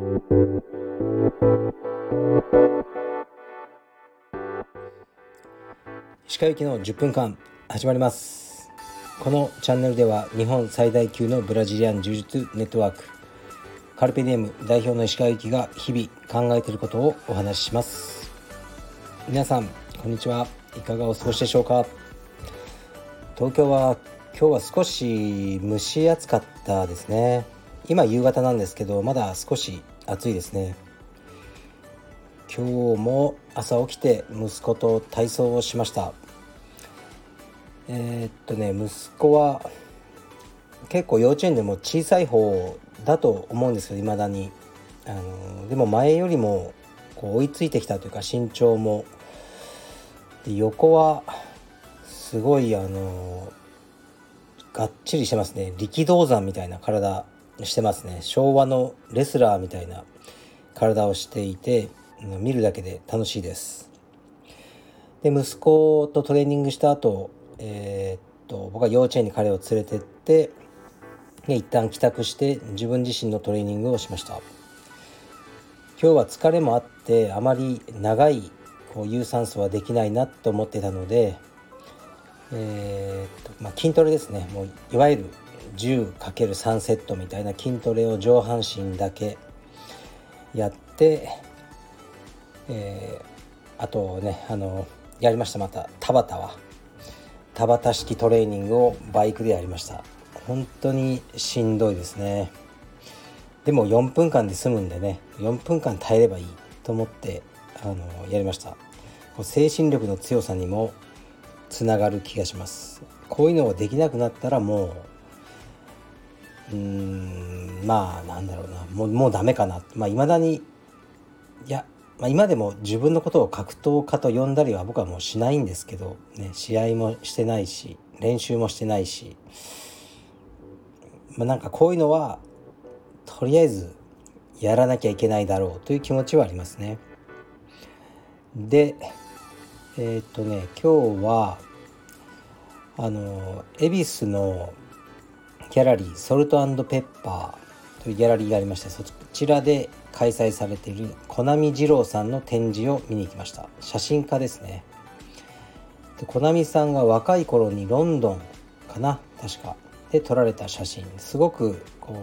石川行きの10分間始まります。このチャンネルでは日本最大級のブラジリアン柔術ネットワークカルペディエム代表の石川行きが日々考えていることをお話しします。皆さんこんにちは。いかがお過ごしでしょうか。東京は今日は少し蒸し暑かったですね。今夕方なんですけどまだ少し暑いですね。今日も朝起きて息子と体操をしました。息子は結構幼稚園でも小さい方だと思うんですよ、未だに。でも前よりも追いついてきたというか、身長もで横はすごいがっちりしてますね。力道山みたいな体してますね。昭和のレスラーみたいな体をしていて、見るだけで楽しいです。で息子とトレーニングした後、僕は幼稚園に彼を連れてって一旦帰宅して自分自身のトレーニングをしました。今日は疲れもあってあまり長い有酸素はできないなと思ってたので、筋トレですね。もういわゆる 10×3 セットみたいな筋トレを上半身だけやって、あとねやりました。また田畑式トレーニングをバイクでやりました。本当にしんどいですね。でも4分間で済むんでね、4分間耐えればいいと思ってやりました。精神力の強さにもつながる気がします。こういうのができなくなったらもうなんだろうな、もうダメかな。未だに今でも自分のことを格闘家と呼んだりは僕はもうしないんですけどね、試合もしてないし練習もしてないし、なんかこういうのはとりあえずやらなきゃいけないだろうという気持ちはありますね。で今日は恵比寿のギャラリーソルト&ペッパーというギャラリーがありまして、そちらで開催されている小波二郎さんの展示を見に行きました。写真家ですね。で小波さんが若い頃にロンドンかな確かで撮られた写真、すごく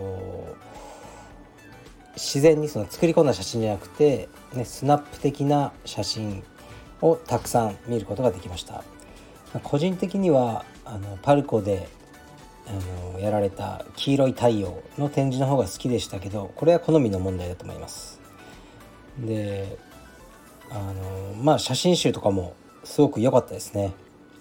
自然に作り込んだ写真じゃなくて、スナップ的な写真をたくさん見ることができました。個人的にはパルコでやられた黄色い太陽の展示の方が好きでしたけど、これは好みの問題だと思います。で写真集とかもすごく良かったですね。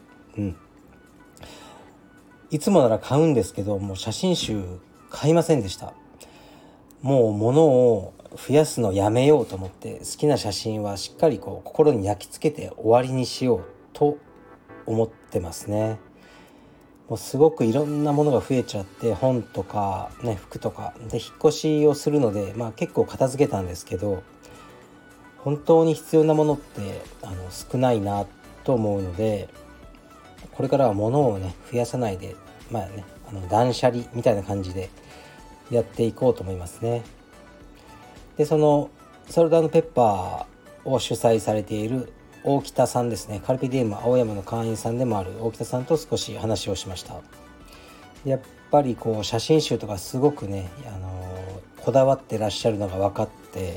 いつもなら買うんですけど、もう写真集買いませんでした。もう物を増やすのやめようと思って、好きな写真はしっかり心に焼き付けて終わりにしようと思ってますね。もうすごくいろんなものが増えちゃって、本とか服とかで引っ越しをするので、結構片付けたんですけど、本当に必要なものって少ないなと思うので、これからは物を増やさないで断捨離みたいな感じでやっていこうと思いますね。でそのソルト&ペッパーを主催されている大北さんですね、カルペディエム青山の会員さんでもある大北さんと少し話をしました。やっぱり写真集とかすごくこだわってらっしゃるのが分かって、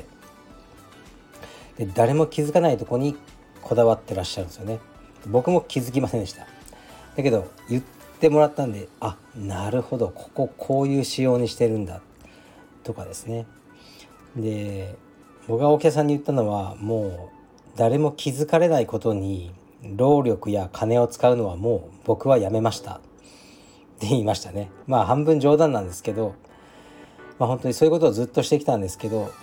で誰も気づかないとこにこだわってらっしゃるんですよね。僕も気づきませんでした。だけど言ってもらったんで、なるほど、こういう仕様にしてるんだとかですね。で僕が大北さんに言ったのは、もう誰も気づかれないことに労力や金を使うのはもう僕はやめましたって言いましたね。半分冗談なんですけど、本当にそういうことをずっとしてきたんですけど、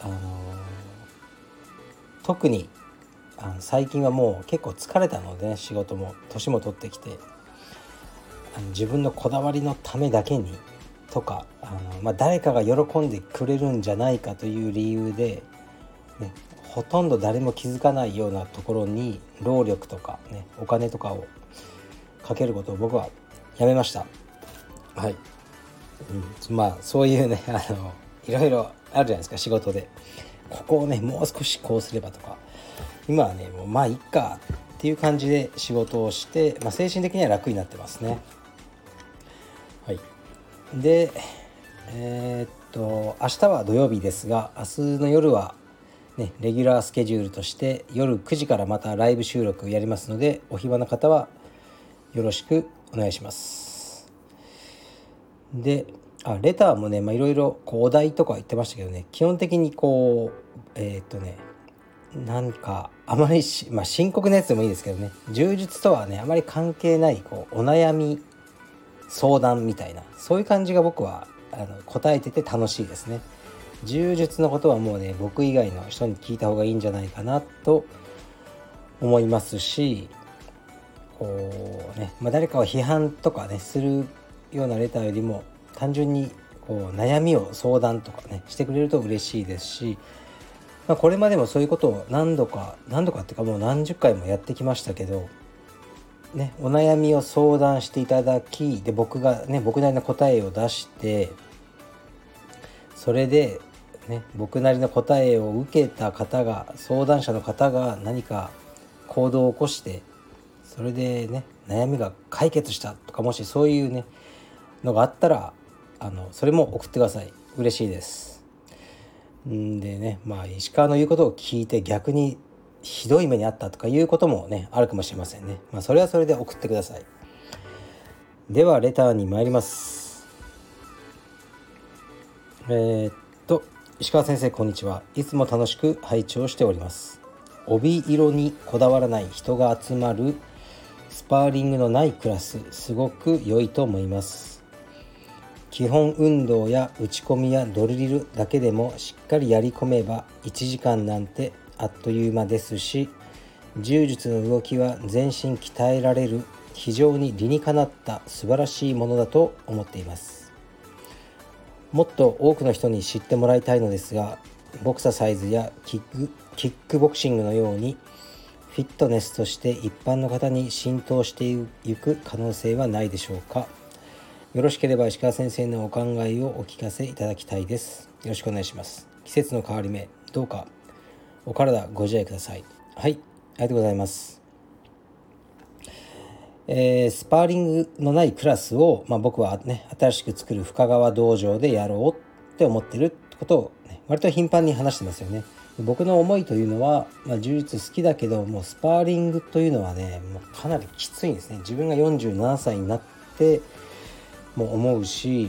特に最近はもう結構疲れたので、仕事も年も取ってきて、自分のこだわりのためだけにとか誰かが喜んでくれるんじゃないかという理由で、ほとんど誰も気づかないようなところに労力とかお金とかをかけることを僕はやめました。はい、そういういろいろあるじゃないですか、仕事で。ここをねもう少しこうすればとか、今はねもうまあいっかっていう感じで仕事をして、精神的には楽になってますね。はい。で明日は土曜日ですが、明日の夜はねレギュラースケジュールとして夜9時からまたライブ収録やりますので、お暇な方はよろしくお願いします。でレターもねいろいろお題とか言ってましたけどね、基本的になんかあまり深刻なやつでもいいですけどね、柔術とはねあまり関係ないお悩み相談みたいな、そういう感じが僕は答えてて楽しいですね。柔術のことはもうね僕以外の人に聞いた方がいいんじゃないかなと思いますし、誰かを批判とかねするようなレターよりも単純に悩みを相談とかねしてくれると嬉しいですし、これまでもそういうことを何度かっていうかもう何十回もやってきましたけどね、お悩みを相談していただき、で僕がね僕なりの答えを出して、それでね僕なりの答えを受けた方が、相談者の方が何か行動を起こして、それでね悩みが解決したとか、もしそういうねのがあったらそれも送ってください。嬉しいです。でね、石川の言うことを聞いて逆にひどい目にあったとかいうこともねあるかもしれませんね。それはそれで送ってください。ではレターに参ります。石川先生こんにちは。いつも楽しく拝聴しております。帯色にこだわらない人が集まるスパーリングのないクラス、すごく良いと思います。基本運動や打ち込みやドリルだけでもしっかりやり込めば1時間なんてあっという間ですし、柔術の動きは全身鍛えられる非常に理にかなった素晴らしいものだと思っています。もっと多くの人に知ってもらいたいのですが、ボクササイズやキックボクシングのようにフィットネスとして一般の方に浸透していく可能性はないでしょうか。よろしければ石川先生のお考えをお聞かせいただきたいです。よろしくお願いします。季節の変わり目、どうかお体ご自愛ください。はい、ありがとうございます。スパーリングのないクラスを、僕はね新しく作る深川道場でやろうって思ってるってことを、割と頻繁に話してますよね。僕の思いというのは、柔術好きだけどもうスパーリングというのはねもうかなりきついんですね。自分が47歳になってもう思うし、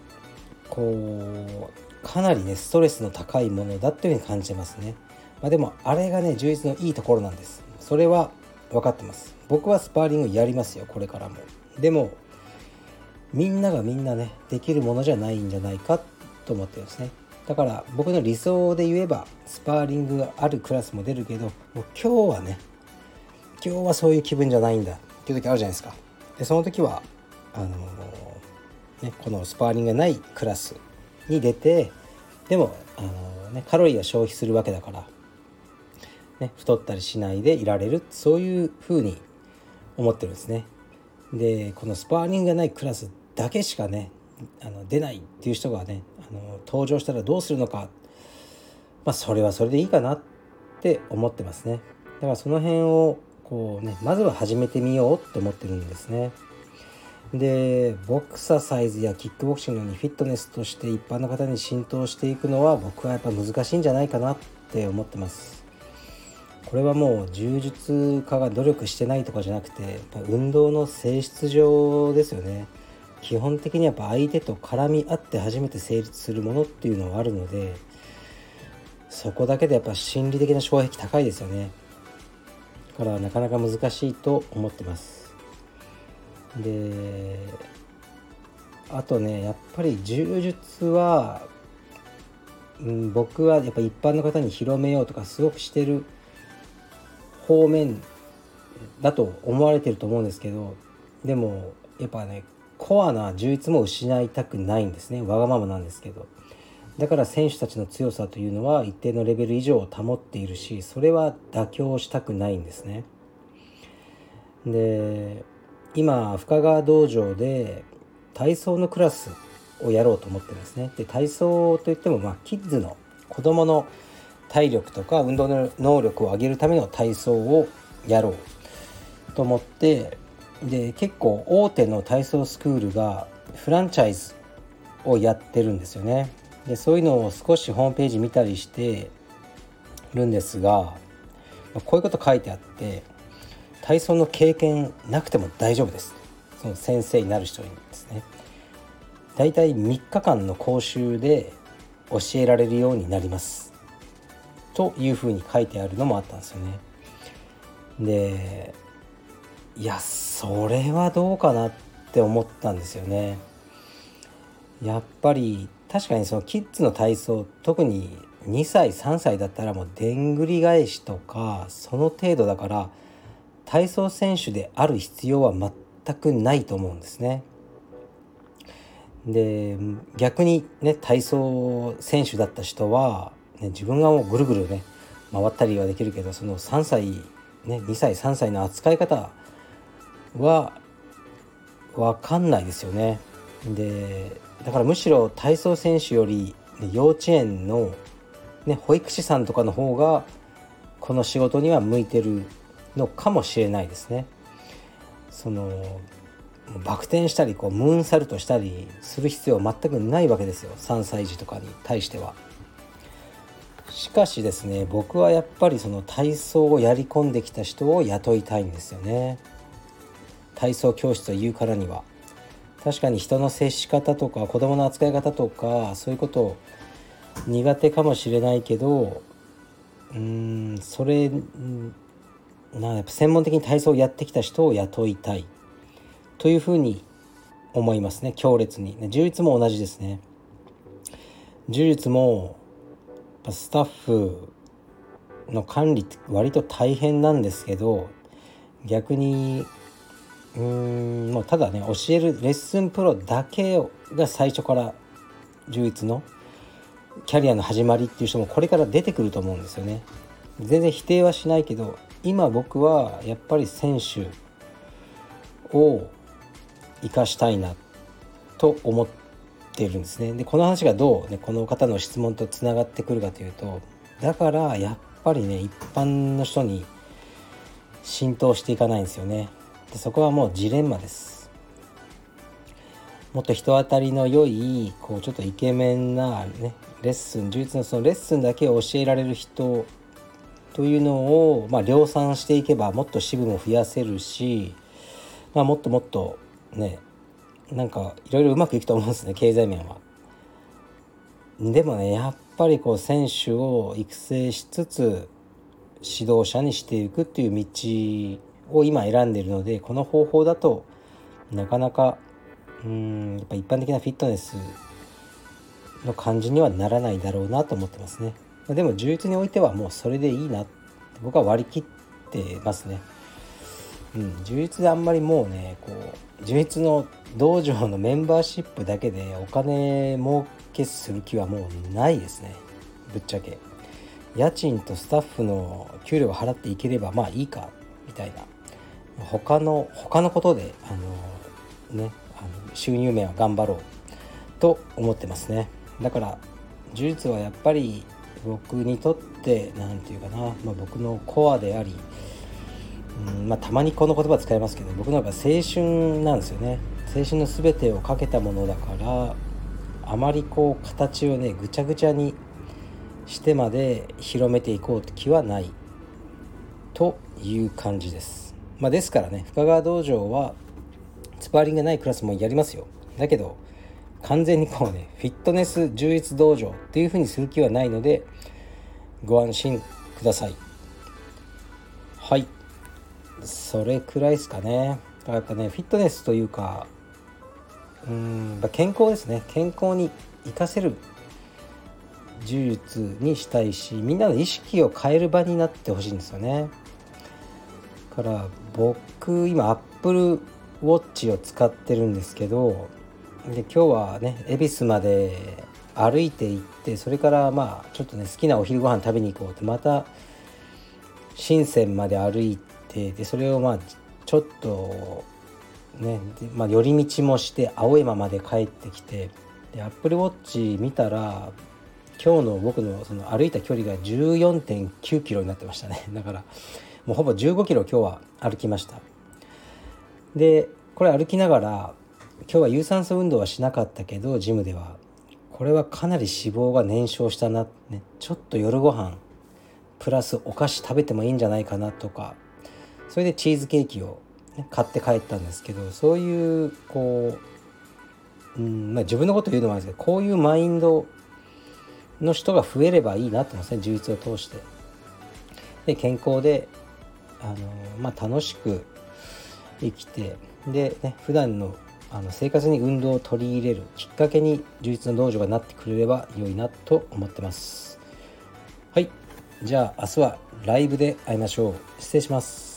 かなりねストレスの高いものだっていうふうに感じてますね。でもあれがね柔術のいいところなんです。それは分かってます。僕はスパーリングやりますよ、これからも。でもみんながみんなねできるものじゃないんじゃないかと思ってるんですね。だから僕の理想で言えばスパーリングがあるクラスも出るけど、もう今日はそういう気分じゃないんだっていう時あるじゃないですか。でその時はこのスパーリングがないクラスに出て、でもカロリーが消費するわけだから、太ったりしないでいられる、そういう風に思ってるんですね。でこのスパーリングがないクラスだけしかね出ないっていう人がね登場したらどうするのか、それはそれでいいかなって思ってますね。だからその辺をまずは始めてみようって思ってるんですね。でボクササイズやキックボクシングにフィットネスとして一般の方に浸透していくのは僕はやっぱ難しいんじゃないかなって思ってます。これはもう柔術家が努力してないとかじゃなくて、やっぱ運動の性質上ですよね。基本的にやっぱ相手と絡み合って初めて成立するものっていうのはあるので、そこだけでやっぱ心理的な障壁高いですよね。だからなかなか難しいと思ってます。であとねやっぱり柔術は、僕はやっぱ一般の方に広めようとかすごくしてる方面だと思われてると思うんですけど、でもやっぱねコアな充実も失いたくないんですね。わがままなんですけど、だから選手たちの強さというのは一定のレベル以上を保っているし、それは妥協したくないんですね。で今深川道場で体操のクラスをやろうと思ってるんですね。で体操といってもキッズの子どもの体力とか運動の能力を上げるための体操をやろうと思って、で結構大手の体操スクールがフランチャイズをやってるんですよね。でそういうのを少しホームページ見たりしてるんですが、こういうこと書いてあって、体操の経験なくても大丈夫です。その先生になる人にですね、だいたい3日間の講習で教えられるようになりますというふうに書いてあるのもあったんですよね。でいやそれはどうかなって思ったんですよね。やっぱり確かにそのキッズの体操、特に2歳3歳だったらもうでんぐり返しとかその程度だから、体操選手である必要は全くないと思うんですね。で逆にね、体操選手だった人は、自分がもうぐるぐるね回ったりはできるけど、その3歳、2歳3歳の扱い方は分かんないですよね。でだからむしろ体操選手より、幼稚園の、保育士さんとかの方がこの仕事には向いてるのかもしれないですね。そのバク転したりムーンサルトしたりする必要は全くないわけですよ、3歳児とかに対しては。しかしですね、僕はやっぱりその体操をやり込んできた人を雇いたいんですよね。体操教室というからには確かに人の接し方とか子供の扱い方とかそういうこと苦手かもしれないけど、それやっぱ専門的に体操をやってきた人を雇いたいというふうに思いますね。強烈に。柔術も同じですね。柔術もスタッフの管理って割と大変なんですけど、逆にもうただね教えるレッスンプロだけが最初から柔術のキャリアの始まりっていう人もこれから出てくると思うんですよね。全然否定はしないけど、今僕はやっぱり選手を生かしたいなと思っているんですね。でこの話がどう、この方の質問とつながってくるかというと、だからやっぱりね一般の人に浸透していかないんですよね。でそこはもうジレンマです。もっと人当たりの良いちょっとイケメンなねレッスン、柔術のそのレッスンだけを教えられる人というのを量産していけばもっと支部も増やせるし、もっともっとねなんかいろいろうまくいくと思うんですね、経済面は。でもねやっぱり選手を育成しつつ指導者にしていくっていう道を今選んでいるので、この方法だとなかなかやっぱ一般的なフィットネスの感じにはならないだろうなと思ってますね。でも柔術においてはもうそれでいいなって僕は割り切ってますね。柔術であんまりもうね柔術の道場のメンバーシップだけでお金儲けする気はもうないですね。ぶっちゃけ家賃とスタッフの給料を払っていければいいかみたいな、他のことで収入面は頑張ろうと思ってますね。だから柔術はやっぱり僕にとってなんていうかな、僕のコアであり、たまにこの言葉使いますけど、僕のやっぱ青春なんですよね。青春の全てをかけたものだから、あまり形をねぐちゃぐちゃにしてまで広めていこうって気はないという感じです。ですからね、深川道場はスパーリングがないクラスもやりますよ。だけど完全にフィットネス充実道場っていう風にする気はないのでご安心ください。はい、それくらいですかね。やっぱねフィットネスというか健康ですね。健康に生かせる柔術にしたいし、みんなの意識を変える場になってほしいんですよね。だから僕今 Apple Watch を使ってるんですけど、で今日はね恵比寿まで歩いて行って、それからちょっとね好きなお昼ご飯食べに行こうってまた深センまで歩いて、でそれをちょっとね寄り道もして青山まで帰ってきて、 で Apple Watch 見たら今日の僕のその歩いた距離が 14.9 キロになってましたね。だからもうほぼ15キロ今日は歩きました。でこれ歩きながら今日は有酸素運動はしなかったけどジムではこれはかなり脂肪が燃焼したな、ね、ちょっと夜ご飯プラスお菓子食べてもいいんじゃないかなとか、それでチーズケーキを、ね、買って帰ったんですけど、そういうこう、自分のこと言うのもあるんですけど、こういうマインドの人が増えればいいなと思うんですね、充実を通して。で健康で楽しく生きて、でね普段の生活に運動を取り入れるきっかけに充実の道場がなってくれれば良いなと思ってます。はい、じゃあ明日はライブで会いましょう。失礼します。